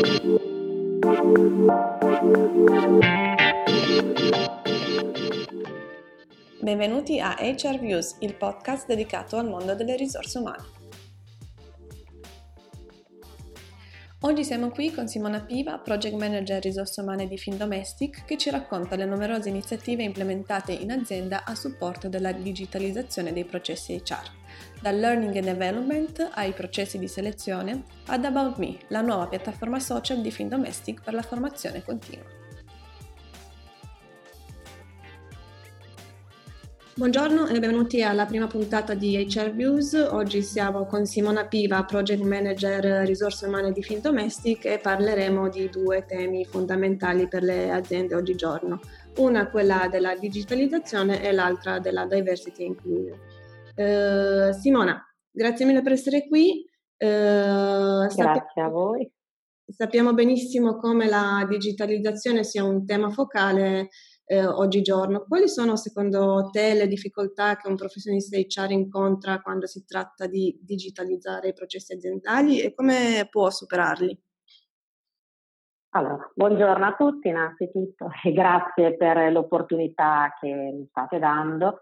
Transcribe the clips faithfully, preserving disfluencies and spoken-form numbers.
Benvenuti a H R Views, il podcast dedicato al mondo delle risorse umane. Oggi siamo qui con Simona Piva, Project Manager Risorse Umane di Findomestic, che ci racconta le numerose iniziative implementate in azienda a supporto della digitalizzazione dei processi H R, dal Learning and Development ai processi di selezione ad About Me, la nuova piattaforma social di Findomestic per la formazione continua. Buongiorno e benvenuti alla prima puntata di H R Views. Oggi siamo con Simona Piva, Project Manager Risorse Umane di Findomestic, e parleremo di due temi fondamentali per le aziende oggigiorno. Una quella della digitalizzazione e l'altra della diversity and inclusion. Eh, Simona, grazie mille per essere qui. Eh, grazie sappiamo, a voi. Sappiamo benissimo come la digitalizzazione sia un tema focale Eh, oggigiorno. Quali sono secondo te le difficoltà che un professionista H R incontra quando si tratta di digitalizzare i processi aziendali e come può superarli? Allora, buongiorno a tutti innanzitutto e grazie per l'opportunità che mi state dando.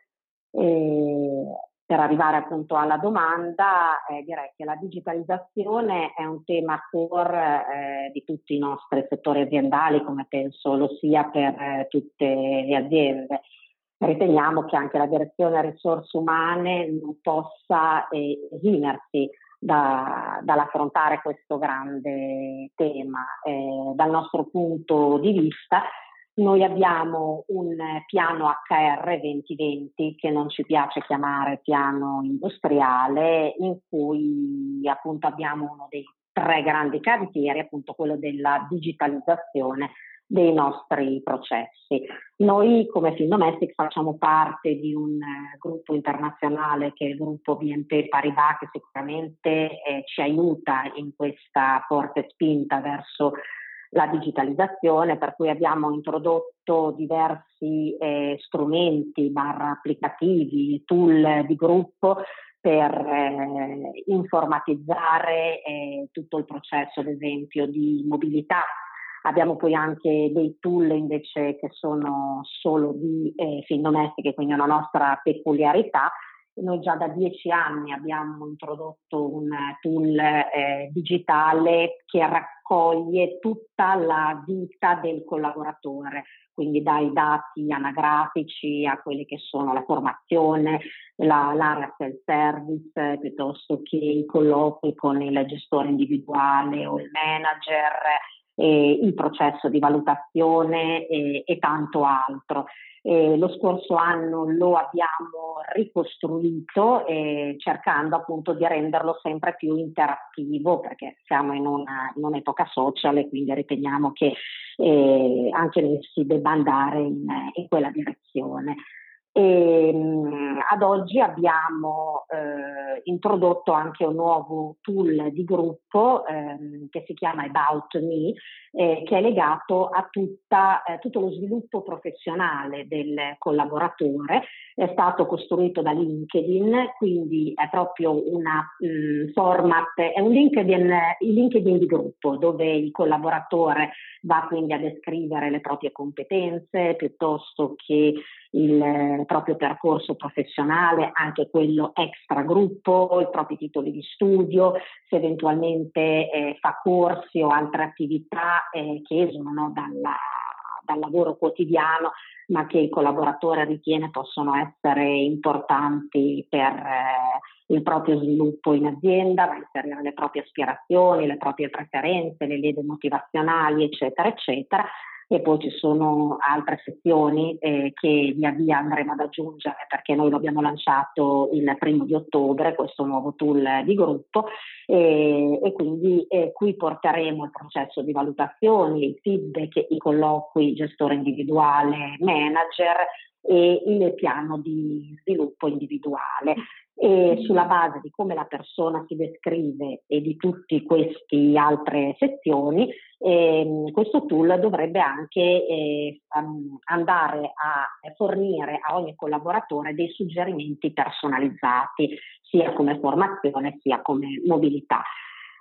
E per arrivare appunto alla domanda, eh, direi che la digitalizzazione è un tema core eh, di tutti i nostri settori aziendali, come penso lo sia per eh, tutte le aziende. Riteniamo che anche la direzione risorse umane non possa eh, esimersi da, dall'affrontare questo grande tema. Eh, dal nostro punto di vista, noi abbiamo un piano H R duemilaventi che non ci piace chiamare piano industriale, in cui appunto abbiamo uno dei tre grandi cantieri, appunto quello della digitalizzazione dei nostri processi. Noi come Findomestic facciamo parte di un eh, gruppo internazionale che è il gruppo B N P Paribas, che sicuramente eh, ci aiuta in questa forte spinta verso la digitalizzazione, per cui abbiamo introdotto diversi eh, strumenti barra applicativi, tool di gruppo per eh, informatizzare eh, tutto il processo, ad esempio, di mobilità. Abbiamo poi anche dei tool invece che sono solo di eh, Findomestic, quindi è una nostra peculiarità. Noi già da dieci anni abbiamo introdotto un tool eh, digitale che raccoglie tutta la vita del collaboratore, quindi dai dati anagrafici a quelli che sono la formazione, la, l'area self-service, eh, piuttosto che i colloqui con il gestore individuale o il manager, eh, il processo di valutazione eh, e tanto altro. Eh, lo scorso anno lo abbiamo ricostruito eh, cercando appunto di renderlo sempre più interattivo, perché siamo in, una, in un'epoca social e quindi riteniamo che eh, anche noi si debba andare in, in quella direzione. E, mh, ad oggi abbiamo eh, introdotto anche un nuovo tool di gruppo ehm, che si chiama About Me, eh, che è legato a tutta, eh, tutto lo sviluppo professionale del collaboratore. È stato costruito da LinkedIn, quindi è proprio una mh, format, è un LinkedIn, il LinkedIn di gruppo, dove il collaboratore va quindi a descrivere le proprie competenze piuttosto che il proprio percorso professionale, anche quello extra gruppo, i propri titoli di studio, se eventualmente eh, fa corsi o altre attività eh, che esulano dalla, dal lavoro quotidiano, ma che il collaboratore ritiene possono essere importanti per eh, il proprio sviluppo in azienda, va a inserire le proprie aspirazioni, le proprie preferenze, le leve motivazionali, eccetera, eccetera. E poi ci sono altre sezioni eh, che via via andremo ad aggiungere, perché noi lo abbiamo lanciato il primo di ottobre, questo nuovo tool di gruppo, eh, e quindi eh, qui porteremo il processo di valutazioni, i feedback, i colloqui, gestore individuale, manager e il piano di sviluppo individuale. E sulla base di come la persona si descrive e di tutte queste altre sezioni, eh, questo tool dovrebbe anche eh, andare a fornire a ogni collaboratore dei suggerimenti personalizzati, sia come formazione sia come mobilità.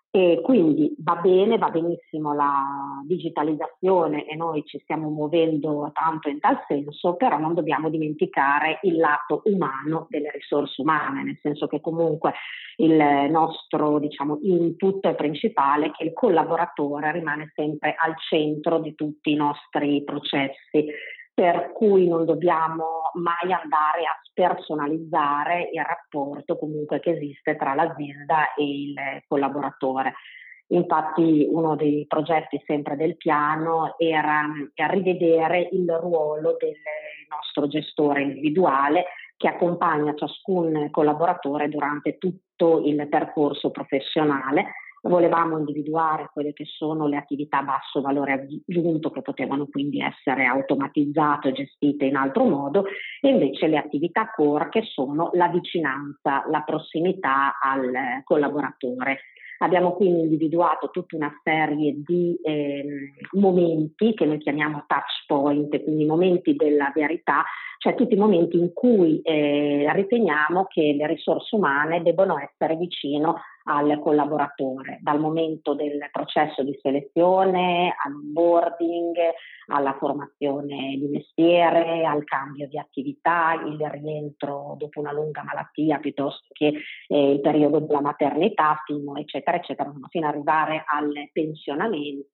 E quindi va bene, va benissimo la digitalizzazione e noi ci stiamo muovendo tanto in tal senso, però non dobbiamo dimenticare il lato umano delle risorse umane, nel senso che comunque il nostro, diciamo, input principale è che il collaboratore rimane sempre al centro di tutti i nostri processi, per cui non dobbiamo mai andare a spersonalizzare il rapporto comunque che esiste tra l'azienda e il collaboratore. Infatti uno dei progetti sempre del piano era rivedere il ruolo del nostro gestore individuale che accompagna ciascun collaboratore durante tutto il percorso professionale. Volevamo individuare quelle che sono le attività a basso valore aggiunto che potevano quindi essere automatizzate o gestite in altro modo e invece le attività core che sono la vicinanza, la prossimità al collaboratore. Abbiamo quindi individuato tutta una serie di eh, momenti che noi chiamiamo touch point, quindi momenti della verità, cioè tutti i momenti in cui eh, riteniamo che le risorse umane debbano essere vicino al collaboratore, dal momento del processo di selezione, all'onboarding, alla formazione di mestiere, al cambio di attività, il rientro dopo una lunga malattia piuttosto che eh, il periodo della maternità, fino, eccetera, eccetera, fino ad arrivare al pensionamento.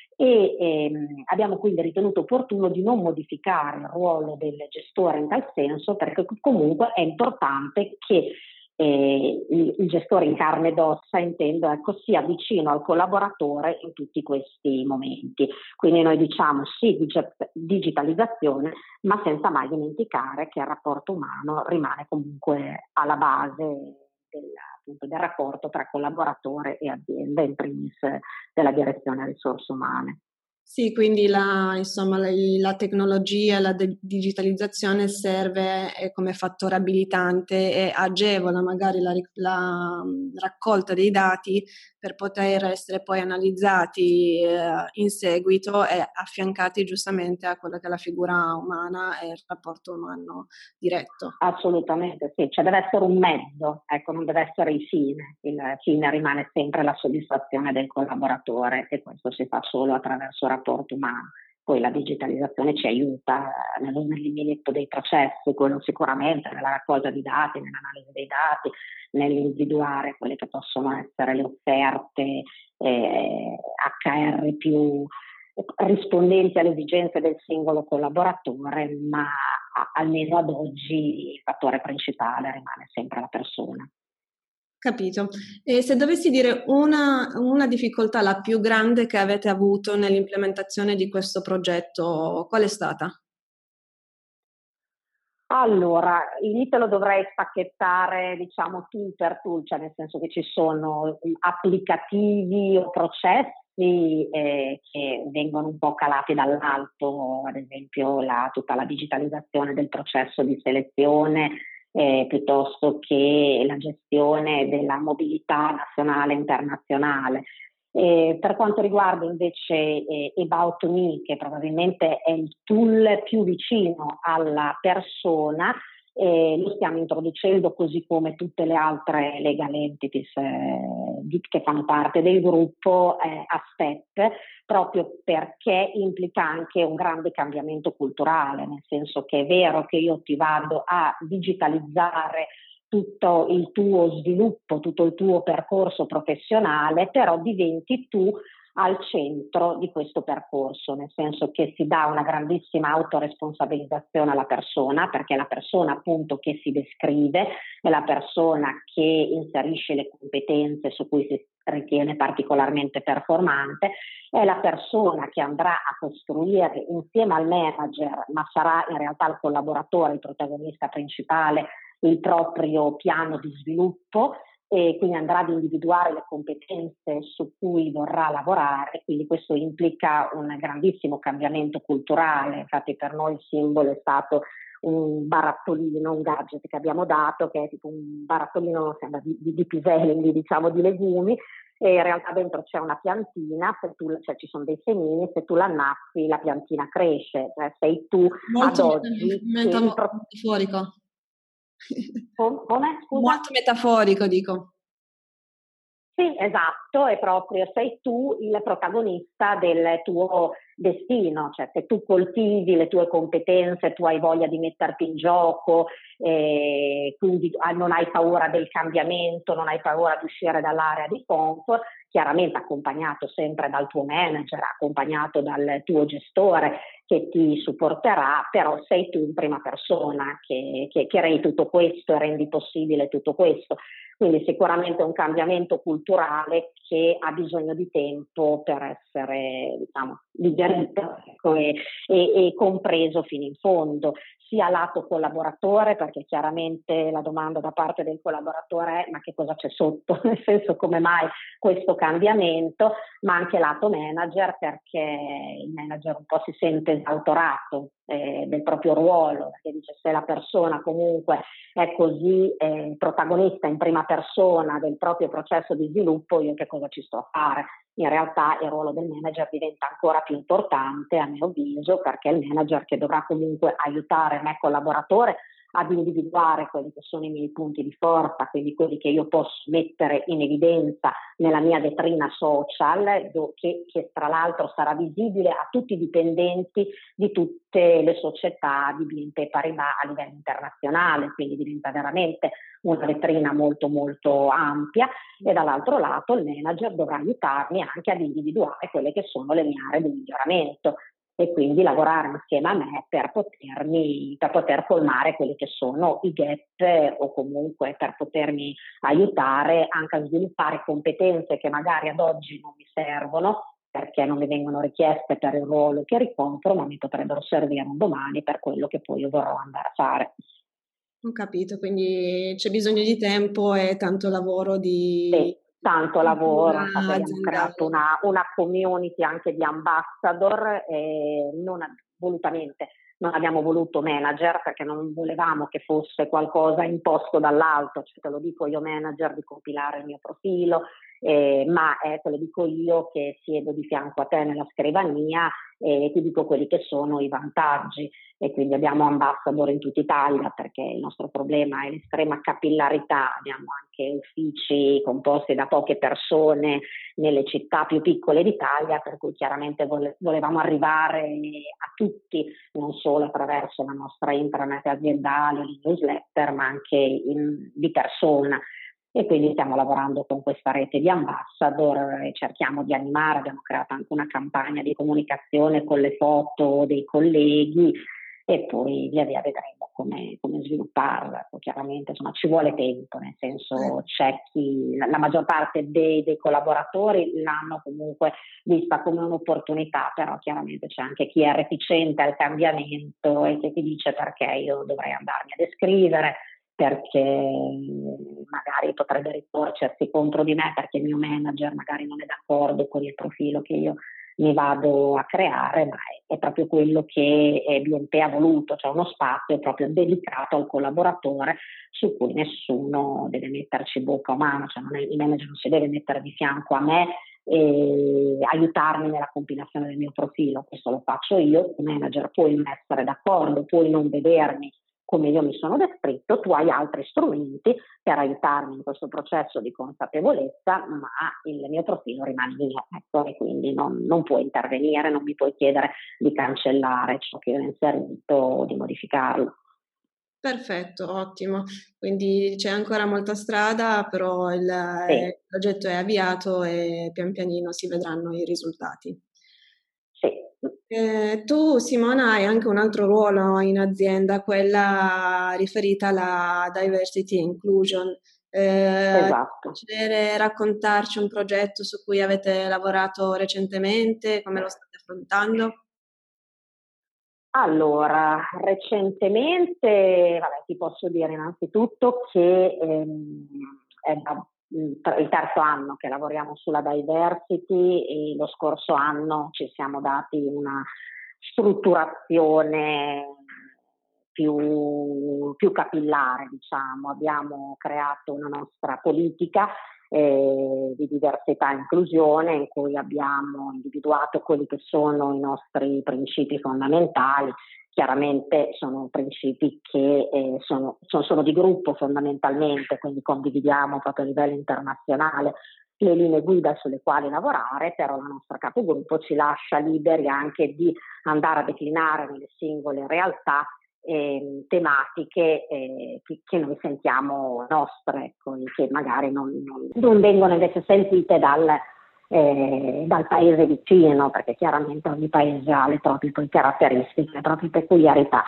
E ehm, abbiamo quindi ritenuto opportuno di non modificare il ruolo del gestore in tal senso, perché comunque è importante che eh, il, il gestore in carne ed ossa, intendo, ecco, sia vicino al collaboratore in tutti questi momenti. Quindi noi diciamo sì, dig- digitalizzazione, ma senza mai dimenticare che il rapporto umano rimane comunque alla base del, appunto, del rapporto tra collaboratore e azienda, in primis della direzione risorse umane. Sì, quindi la, insomma, la, la tecnologia, la de- digitalizzazione serve eh, come fattore abilitante e agevola magari la, ric- la, mh, raccolta dei dati per poter essere poi analizzati eh, in seguito e affiancati giustamente a quella che è la figura umana e il rapporto umano diretto. Assolutamente sì, cioè deve essere un mezzo, ecco, non deve essere il fine, il fine rimane sempre la soddisfazione del collaboratore e questo si fa solo attraverso il rapporto umano. Poi la digitalizzazione ci aiuta nell'eliminamento dei processi, quello sicuramente, nella raccolta di dati, nell'analisi dei dati, nell'individuare quelle che possono essere le offerte eh, H R più rispondenti alle esigenze del singolo collaboratore, ma almeno ad oggi il fattore principale rimane sempre la persona. Capito. E se dovessi dire una, una difficoltà, la più grande che avete avuto nell'implementazione di questo progetto, qual è stata? Allora, l'inizio lo dovrei spacchettare, diciamo, tool per tool, cioè nel senso che ci sono applicativi o processi eh, che vengono un po' calati dall'alto, ad esempio la, tutta la digitalizzazione del processo di selezione, eh, piuttosto che la gestione della mobilità nazionale e internazionale. Eh, per quanto riguarda invece eh, About Me, che probabilmente è il tool più vicino alla persona, eh, lo stiamo introducendo così come tutte le altre legal entities eh, di, che fanno parte del gruppo eh, a step, proprio perché implica anche un grande cambiamento culturale, nel senso che è vero che io ti vado a digitalizzare tutto il tuo sviluppo, tutto il tuo percorso professionale, però diventi tu al centro di questo percorso, nel senso che si dà una grandissima autoresponsabilizzazione alla persona, perché è la persona appunto che si descrive, è la persona che inserisce le competenze su cui si ritiene particolarmente performante, è la persona che andrà a costruire insieme al manager, ma sarà in realtà il collaboratore, il protagonista principale, il proprio piano di sviluppo e quindi andrà ad individuare le competenze su cui vorrà lavorare, quindi questo implica un grandissimo cambiamento culturale. Infatti per noi il simbolo è stato un barattolino, un gadget che abbiamo dato, che è tipo un barattolino sembra di, di, di piselli, diciamo, di legumi, e in realtà dentro c'è una piantina, se tu, cioè ci sono dei semini, se tu l'annaffi la piantina cresce, cioè sei tu Molto ad oggi meta- che metaforico. come, scusa? Molto metaforico, dico. Sì, esatto, è proprio, sei tu il protagonista del tuo destino, cioè se tu coltivi le tue competenze, tu hai voglia di metterti in gioco, eh, quindi non hai paura del cambiamento, non hai paura di uscire dall'area di comfort, chiaramente accompagnato sempre dal tuo manager, accompagnato dal tuo gestore che ti supporterà, però sei tu in prima persona che, che, che rendi tutto questo e rendi possibile tutto questo. Quindi sicuramente un cambiamento culturale che ha bisogno di tempo per essere, diciamo, digerito ecco, e, e, e compreso fino in fondo, sia lato collaboratore, perché chiaramente la domanda da parte del collaboratore è ma che cosa c'è sotto, nel senso come mai questo cambiamento, ma anche lato manager, perché il manager un po' si sente esautorato eh, del proprio ruolo, perché dice se la persona comunque è così eh, protagonista in prima persona del proprio processo di sviluppo, io che cosa ci sto a fare? In realtà il ruolo del manager diventa ancora più importante a mio avviso, perché è il manager che dovrà comunque aiutare me collaboratore ad individuare quelli che sono i miei punti di forza, quindi quelli che io posso mettere in evidenza nella mia vetrina social, che, che tra l'altro sarà visibile a tutti i dipendenti di tutte le società di B N P Paribas a livello internazionale, quindi diventa veramente una vetrina molto molto ampia, e dall'altro lato il manager dovrà aiutarmi anche ad individuare quelle che sono le mie aree di miglioramento e quindi lavorare insieme a me per potermi, per poter colmare quelli che sono i gap o comunque per potermi aiutare anche a sviluppare competenze che magari ad oggi non mi servono perché non mi vengono richieste per il ruolo che ricopro, ma mi potrebbero servire un domani per quello che poi io vorrò andare a fare. Ho capito, quindi c'è bisogno di tempo e tanto lavoro di Sì, tanto lavoro, infatti abbiamo aziendale. creato una, una community anche di ambassador, e non volutamente, non abbiamo voluto manager perché non volevamo che fosse qualcosa imposto dall'alto, cioè te lo dico io manager di compilare il mio profilo, eh, ma eh, te lo dico io che siedo di fianco a te nella scrivania e ti dico quelli che sono i vantaggi. E quindi abbiamo ambassador in tutta Italia perché il nostro problema è l'estrema capillarità, abbiamo anche uffici composti da poche persone nelle città più piccole d'Italia, per cui chiaramente vole- volevamo arrivare a tutti, non solo attraverso la nostra intranet aziendale, le newsletter, ma anche in, di persona. E quindi stiamo lavorando con questa rete di ambassador e cerchiamo di animare, abbiamo creato anche una campagna di comunicazione con le foto dei colleghi e poi via via vedremo come, come svilupparla. Chiaramente insomma ci vuole tempo, nel senso c'è chi, la, la maggior parte dei, dei collaboratori l'hanno comunque vista come un'opportunità, però chiaramente c'è anche chi è reticente al cambiamento e che ti dice perché io dovrei andarmi a descrivere, perché magari potrebbe ritorcersi contro di me perché il mio manager magari non è d'accordo con il profilo che io mi vado a creare, ma è, è proprio quello che B N P ha voluto, cioè uno spazio proprio dedicato al collaboratore su cui nessuno deve metterci bocca o mano, cioè non è, il manager non si deve mettere di fianco a me e aiutarmi nella compilazione del mio profilo, questo lo faccio io, il manager puoi non essere d'accordo, puoi non vedermi come io mi sono descritto, tu hai altri strumenti per aiutarmi in questo processo di consapevolezza, ma il mio profilo rimane mio, ecco, e quindi non, non puoi intervenire, non mi puoi chiedere di cancellare ciò che ho inserito o di modificarlo. Perfetto, ottimo. Quindi c'è ancora molta strada, però il, Sì. il progetto è avviato e pian pianino si vedranno i risultati. Sì. Eh, tu, Simona, hai anche un altro ruolo in azienda, quella riferita alla diversity e inclusion. Eh, Esatto. piacere raccontarci un progetto su cui avete lavorato recentemente, come lo state affrontando? Allora, recentemente, vabbè, ti posso dire innanzitutto che ehm, è da, il terzo anno che lavoriamo sulla diversity e lo scorso anno ci siamo dati una strutturazione più, più capillare, diciamo. Abbiamo creato una nostra politica Eh, di diversità e inclusione in cui abbiamo individuato quelli che sono i nostri principi fondamentali. Chiaramente sono principi che eh, sono, sono, sono di gruppo fondamentalmente, quindi condividiamo proprio a livello internazionale le linee guida sulle quali lavorare, però la nostra capogruppo ci lascia liberi anche di andare a declinare nelle singole realtà eh, tematiche eh, che, che noi sentiamo nostre, ecco, e che magari non, non, non vengono invece sentite dal, eh, dal paese vicino, perché chiaramente ogni paese ha le proprie caratteristiche, le proprie peculiarità.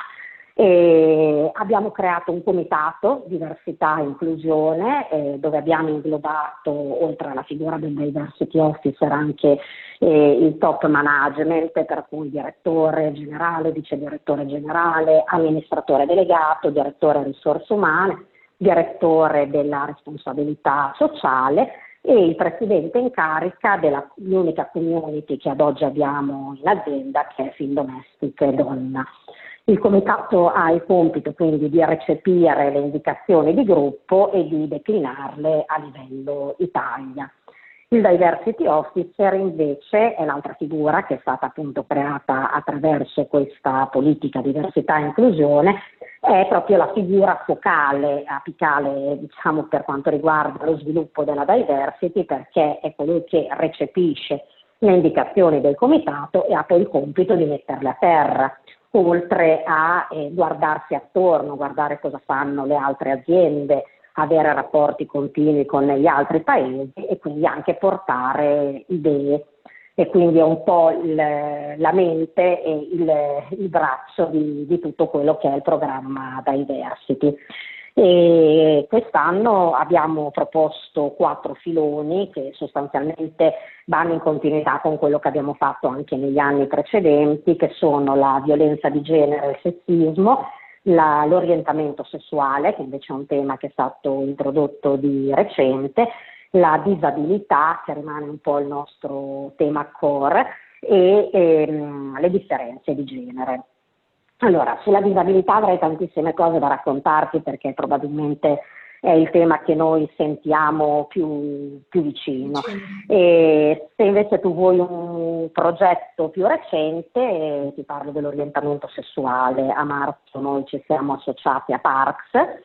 E abbiamo creato un comitato diversità e inclusione eh, dove abbiamo inglobato, oltre alla figura del diversity officer, anche eh, il top management, per cui direttore generale, vice direttore generale, amministratore delegato, direttore risorse umane, direttore della responsabilità sociale e il presidente in carica dell'unica community che ad oggi abbiamo in azienda, che è Findomestic Donna. Il comitato ha il compito quindi di recepire le indicazioni di gruppo e di declinarle a livello Italia. Il Diversity Officer invece è l'altra figura che è stata appunto creata attraverso questa politica diversità e inclusione, è proprio la figura focale, apicale, diciamo, per quanto riguarda lo sviluppo della diversity, perché è colui che recepisce le indicazioni del comitato e ha poi il compito di metterle a terra, oltre a eh, guardarsi attorno, guardare cosa fanno le altre aziende, avere rapporti continui con gli altri paesi e quindi anche portare idee. E quindi è un po' il, la mente e il, il braccio di, di tutto quello che è il programma Diversity. E quest'anno abbiamo proposto quattro filoni che sostanzialmente vanno in continuità con quello che abbiamo fatto anche negli anni precedenti, che sono la violenza di genere e il sessismo, la, l'orientamento sessuale, che invece è un tema che è stato introdotto di recente, la disabilità, che rimane un po' il nostro tema core, e ehm, le differenze di genere. Allora, sulla disabilità avrei tantissime cose da raccontarti, perché probabilmente è il tema che noi sentiamo più, più vicino. E se invece tu vuoi un progetto più recente, eh, ti parlo dell'orientamento sessuale. A marzo noi ci siamo associati a Parks,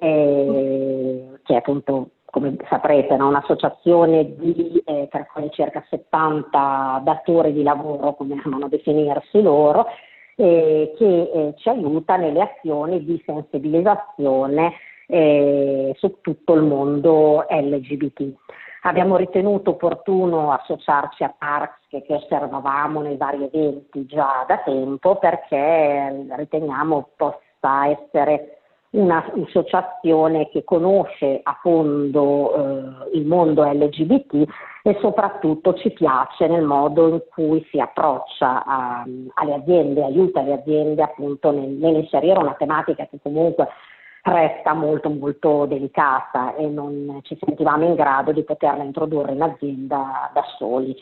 eh, che è appunto, come saprete, no, un'associazione di eh, per circa settanta datori di lavoro, come amano definirsi loro, eh, che eh, ci aiuta nelle azioni di sensibilizzazione eh, su tutto il mondo L G B T. Abbiamo ritenuto opportuno associarci a Parks, che, che osservavamo nei vari eventi già da tempo, perché riteniamo possa essere un'associazione che conosce a fondo eh, il mondo L G B T e soprattutto ci piace nel modo in cui si approccia a, alle aziende, aiuta le aziende appunto nel, nell'inserire una tematica che comunque resta molto molto delicata e non ci sentivamo in grado di poterla introdurre in azienda da soli.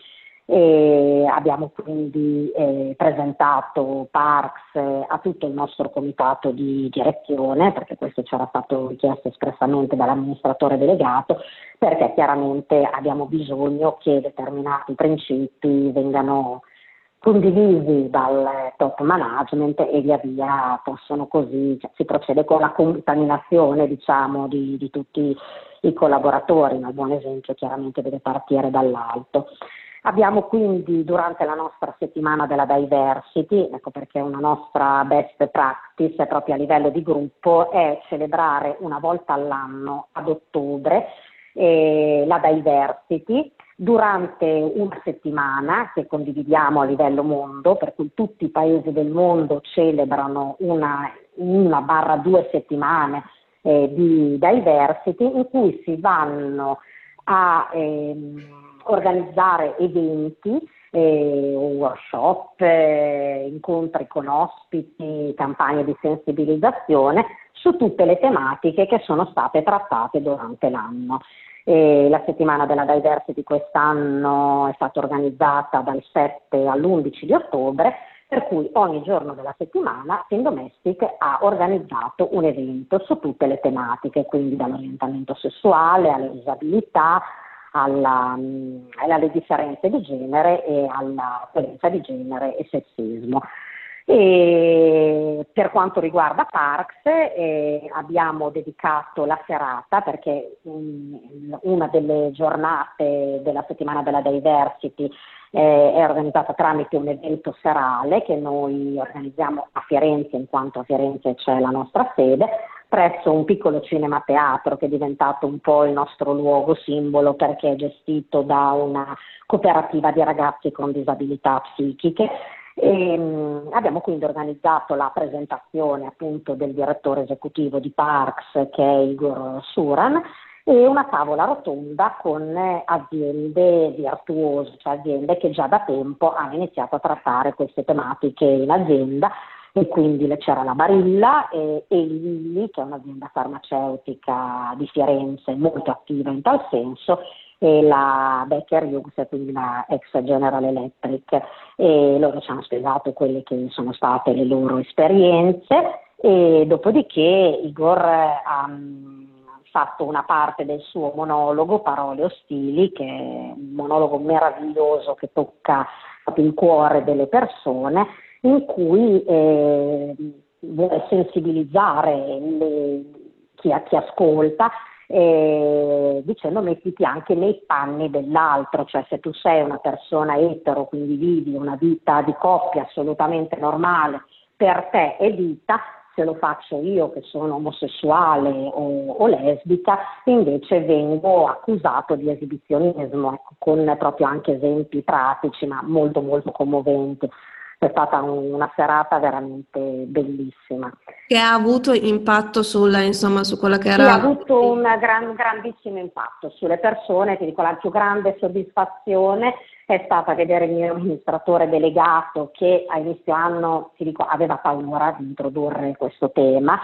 E abbiamo quindi eh, presentato Parks eh, a tutto il nostro comitato di direzione, perché questo ci era stato richiesto espressamente dall'amministratore delegato, perché chiaramente abbiamo bisogno che determinati principi vengano condivisi dal top management e via via possono così, cioè, si procede con la contaminazione, diciamo, di, di tutti i collaboratori, ma il buon esempio chiaramente deve partire dall'alto. Abbiamo quindi durante la nostra settimana della diversity, ecco perché una nostra best practice proprio a livello di gruppo è celebrare una volta all'anno ad ottobre eh, la diversity durante una settimana che condividiamo a livello mondo, per cui tutti i paesi del mondo celebrano una, una barra due settimane eh, di diversity in cui si vanno a ehm, organizzare eventi, eh, workshop, eh, incontri con ospiti, campagne di sensibilizzazione su tutte le tematiche che sono state trattate durante l'anno. E la settimana della diversity quest'anno è stata organizzata dal sette all'undici di ottobre, per cui ogni giorno della settimana Findomestic ha organizzato un evento su tutte le tematiche, quindi dall'orientamento sessuale alle disabilità, alla, alle differenze di genere e alla violenza di genere e sessismo. E per quanto riguarda Parks, eh, abbiamo dedicato la serata, perché mh, una delle giornate della settimana della Diversity eh, è organizzata tramite un evento serale che noi organizziamo a Firenze, in quanto a Firenze c'è la nostra sede, presso un piccolo cinema teatro che è diventato un po' il nostro luogo simbolo, perché è gestito da una cooperativa di ragazzi con disabilità psichiche. E, mh, abbiamo quindi organizzato la presentazione appunto del direttore esecutivo di Parks, che è Igor Suran, e una tavola rotonda con aziende virtuose, cioè aziende che già da tempo hanno iniziato a trattare queste tematiche in azienda, e quindi c'era la Barilla e, e il Lilly, che è un'azienda farmaceutica di Firenze molto attiva in tal senso, e la Baker Hughes, quindi la ex General Electric, e loro ci hanno spiegato quelle che sono state le loro esperienze, e dopodiché Igor ha fatto una parte del suo monologo, Parole ostili, che è un monologo meraviglioso che tocca proprio il cuore delle persone, in cui eh, vuole sensibilizzare le, chi, chi ascolta, eh, dicendo mettiti anche nei panni dell'altro, cioè se tu sei una persona etero, quindi vivi una vita di coppia assolutamente normale per te e vita, se lo faccio io che sono omosessuale o, o lesbica, invece vengo accusato di esibizionismo, ecco, con proprio anche esempi pratici ma molto molto commoventi. È stata un, una serata veramente bellissima. Che ha avuto impatto sulla, insomma, su quella che Sì, era... ha avuto un gran, grandissimo impatto sulle persone. Ti dico, la più grande soddisfazione è stata vedere il mio amministratore delegato, che a inizio anno, ti dico, aveva paura di introdurre questo tema,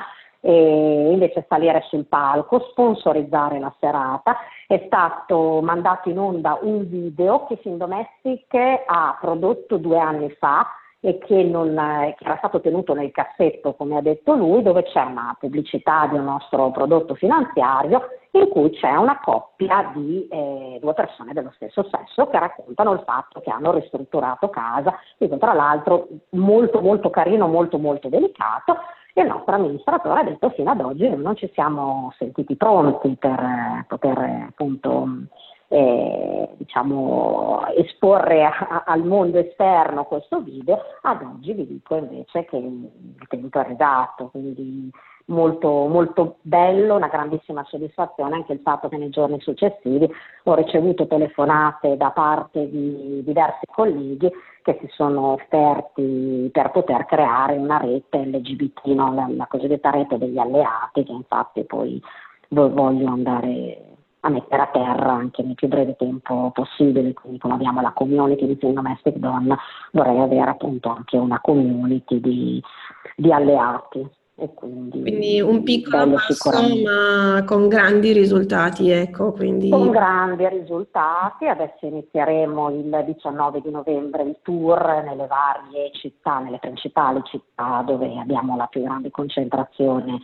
e invece salire sul palco, sponsorizzare la serata. È stato mandato in onda un video che Findomestic ha prodotto due anni fa e che, non, che era stato tenuto nel cassetto, come ha detto lui, dove c'è una pubblicità di un nostro prodotto finanziario in cui c'è una coppia di eh, due persone dello stesso sesso che raccontano il fatto che hanno ristrutturato casa, quindi tra l'altro molto molto carino, molto molto delicato. E il nostro amministratore ha detto: fino ad oggi noi non ci siamo sentiti pronti per eh, poter eh, appunto eh, diciamo esporre a, a, al mondo esterno questo video. Ad oggi vi dico invece che il tenuto è arrivato, quindi molto molto bello, una grandissima soddisfazione anche il fatto che nei giorni successivi ho ricevuto telefonate da parte di diversi colleghi che si sono offerti per poter creare una rete L G B T, no? la, la cosiddetta rete degli alleati, che infatti poi voglio andare a mettere a terra anche nel più breve tempo possibile. Quindi, come abbiamo la community di Findomestic Donna, vorrei avere appunto anche una community di, di alleati. E quindi, Quindi un piccolo passo, ma con grandi risultati, ecco. Quindi... Con grandi risultati. Adesso inizieremo il diciannove di novembre il tour nelle varie città, nelle principali città dove abbiamo la più grande concentrazione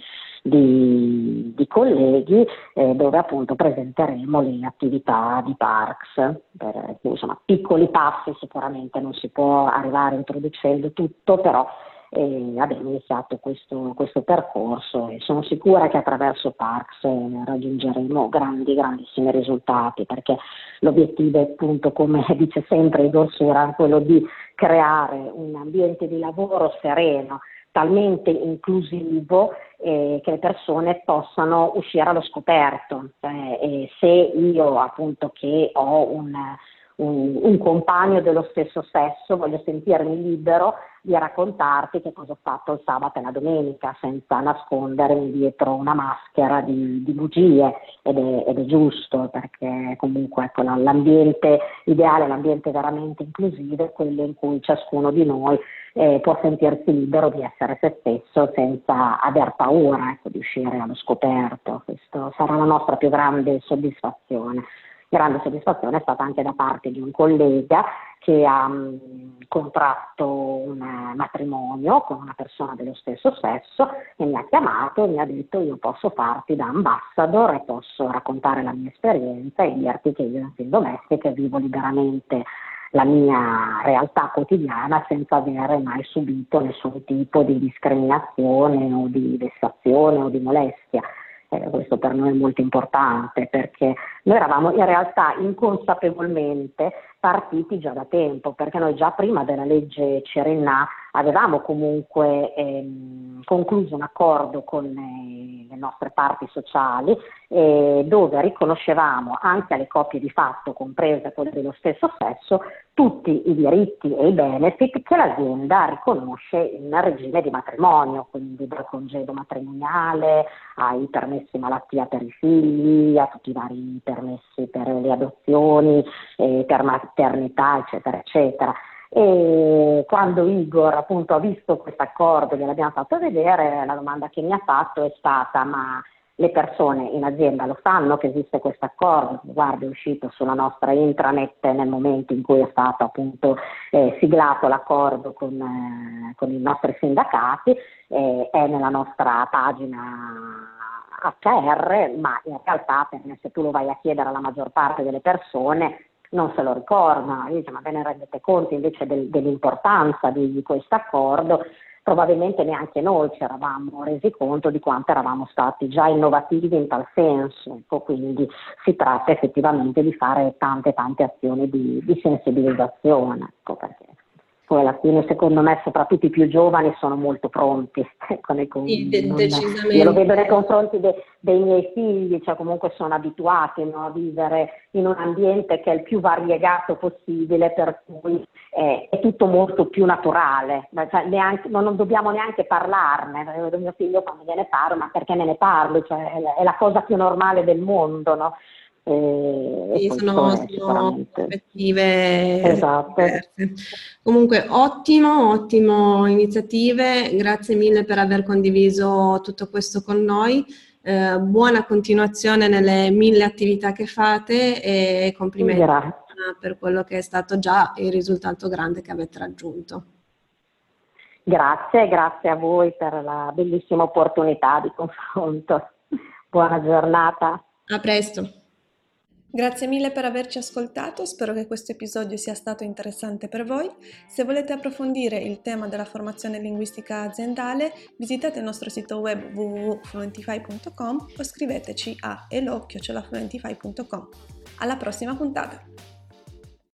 di, di colleghi, eh, dove appunto presenteremo le attività di Parks. Per, insomma, piccoli passi, sicuramente non si può arrivare introducendo tutto, però E abbiamo iniziato questo, questo percorso e sono sicura che attraverso Parks raggiungeremo grandi, grandissimi risultati, perché l'obiettivo è appunto, come dice sempre Igor Suran, quello di creare un ambiente di lavoro sereno, talmente inclusivo eh, che le persone possano uscire allo scoperto. Cioè, eh, se io appunto che ho un Un, un compagno dello stesso sesso, voglio sentirmi libero di raccontarti che cosa ho fatto il sabato e la domenica, senza nascondermi dietro una maschera di, di bugie, ed è, ed è giusto, perché comunque ecco, l'ambiente ideale, l'ambiente veramente inclusivo è quello in cui ciascuno di noi eh, può sentirsi libero di essere se stesso senza aver paura, ecco, di uscire allo scoperto. Questa sarà la nostra più grande soddisfazione. Grande soddisfazione è stata anche da parte di un collega che ha mh, contratto un matrimonio con una persona dello stesso sesso e mi ha chiamato e mi ha detto: io posso farti da ambassador e posso raccontare la mia esperienza e dirti che io in Findomestic vivo liberamente la mia realtà quotidiana senza avere mai subito nessun tipo di discriminazione o di vessazione o di molestia. Eh, questo per noi è molto importante, perché noi eravamo in realtà inconsapevolmente partiti già da tempo, perché noi già prima della legge Cirinnà avevamo comunque ehm, concluso un accordo con eh, le nostre parti sociali eh, dove riconoscevamo anche alle coppie di fatto, comprese quelle dello stesso sesso, tutti i diritti e i benefit che l'azienda riconosce in regime di matrimonio, quindi dal congedo matrimoniale ai permessi malattia per i figli, a tutti i vari permessi per le adozioni, eh, per maternità, eccetera, eccetera. E quando Igor appunto ha visto questo accordo, gliel'abbiamo fatto vedere, la domanda che mi ha fatto è stata: ma le persone in azienda lo sanno che esiste questo accordo? Guarda, è uscito sulla nostra intranet nel momento in cui è stato appunto eh, siglato l'accordo con, eh, con i nostri sindacati, eh, è nella nostra pagina acca erre, ma in realtà se tu lo vai a chiedere alla maggior parte delle persone non se lo ricordano. Io dice: ma ve ne rendete conto invece del, dell'importanza di, di questo accordo? Probabilmente neanche noi ci eravamo resi conto di quanto eravamo stati già innovativi in tal senso, ecco, quindi si tratta effettivamente di fare tante tante azioni di, di sensibilizzazione, ecco, perché poi alla fine secondo me soprattutto i più giovani sono molto pronti, ecco, nei, Sì, de- non, decisamente. io lo vedo nei confronti de, dei miei figli, cioè comunque sono abituati, no, a vivere in un ambiente che è il più variegato possibile, per cui eh, è tutto molto più naturale, cioè, neanche, non, non dobbiamo neanche parlarne. Io vedo mio figlio quando gliene parlo, ma perché me ne parlo? Cioè, è, la, è la cosa più normale del mondo, no? E, Sì, e sono, sono sono sicuramente prospettive esatto. diverse. Comunque, ottimo, ottimo iniziative, grazie mille per aver condiviso tutto questo con noi. Eh, buona continuazione nelle mille attività che fate e complimenti Grazie. per quello che è stato già il risultato grande che avete raggiunto. Grazie, grazie a voi per la bellissima opportunità di confronto. Buona giornata. A presto. Grazie mille per averci ascoltato, spero che questo episodio sia stato interessante per voi. Se volete approfondire il tema della formazione linguistica aziendale, visitate il nostro sito web w w w punto fluentify punto com o scriveteci a hello chiocciola fluentify punto com. Alla prossima puntata!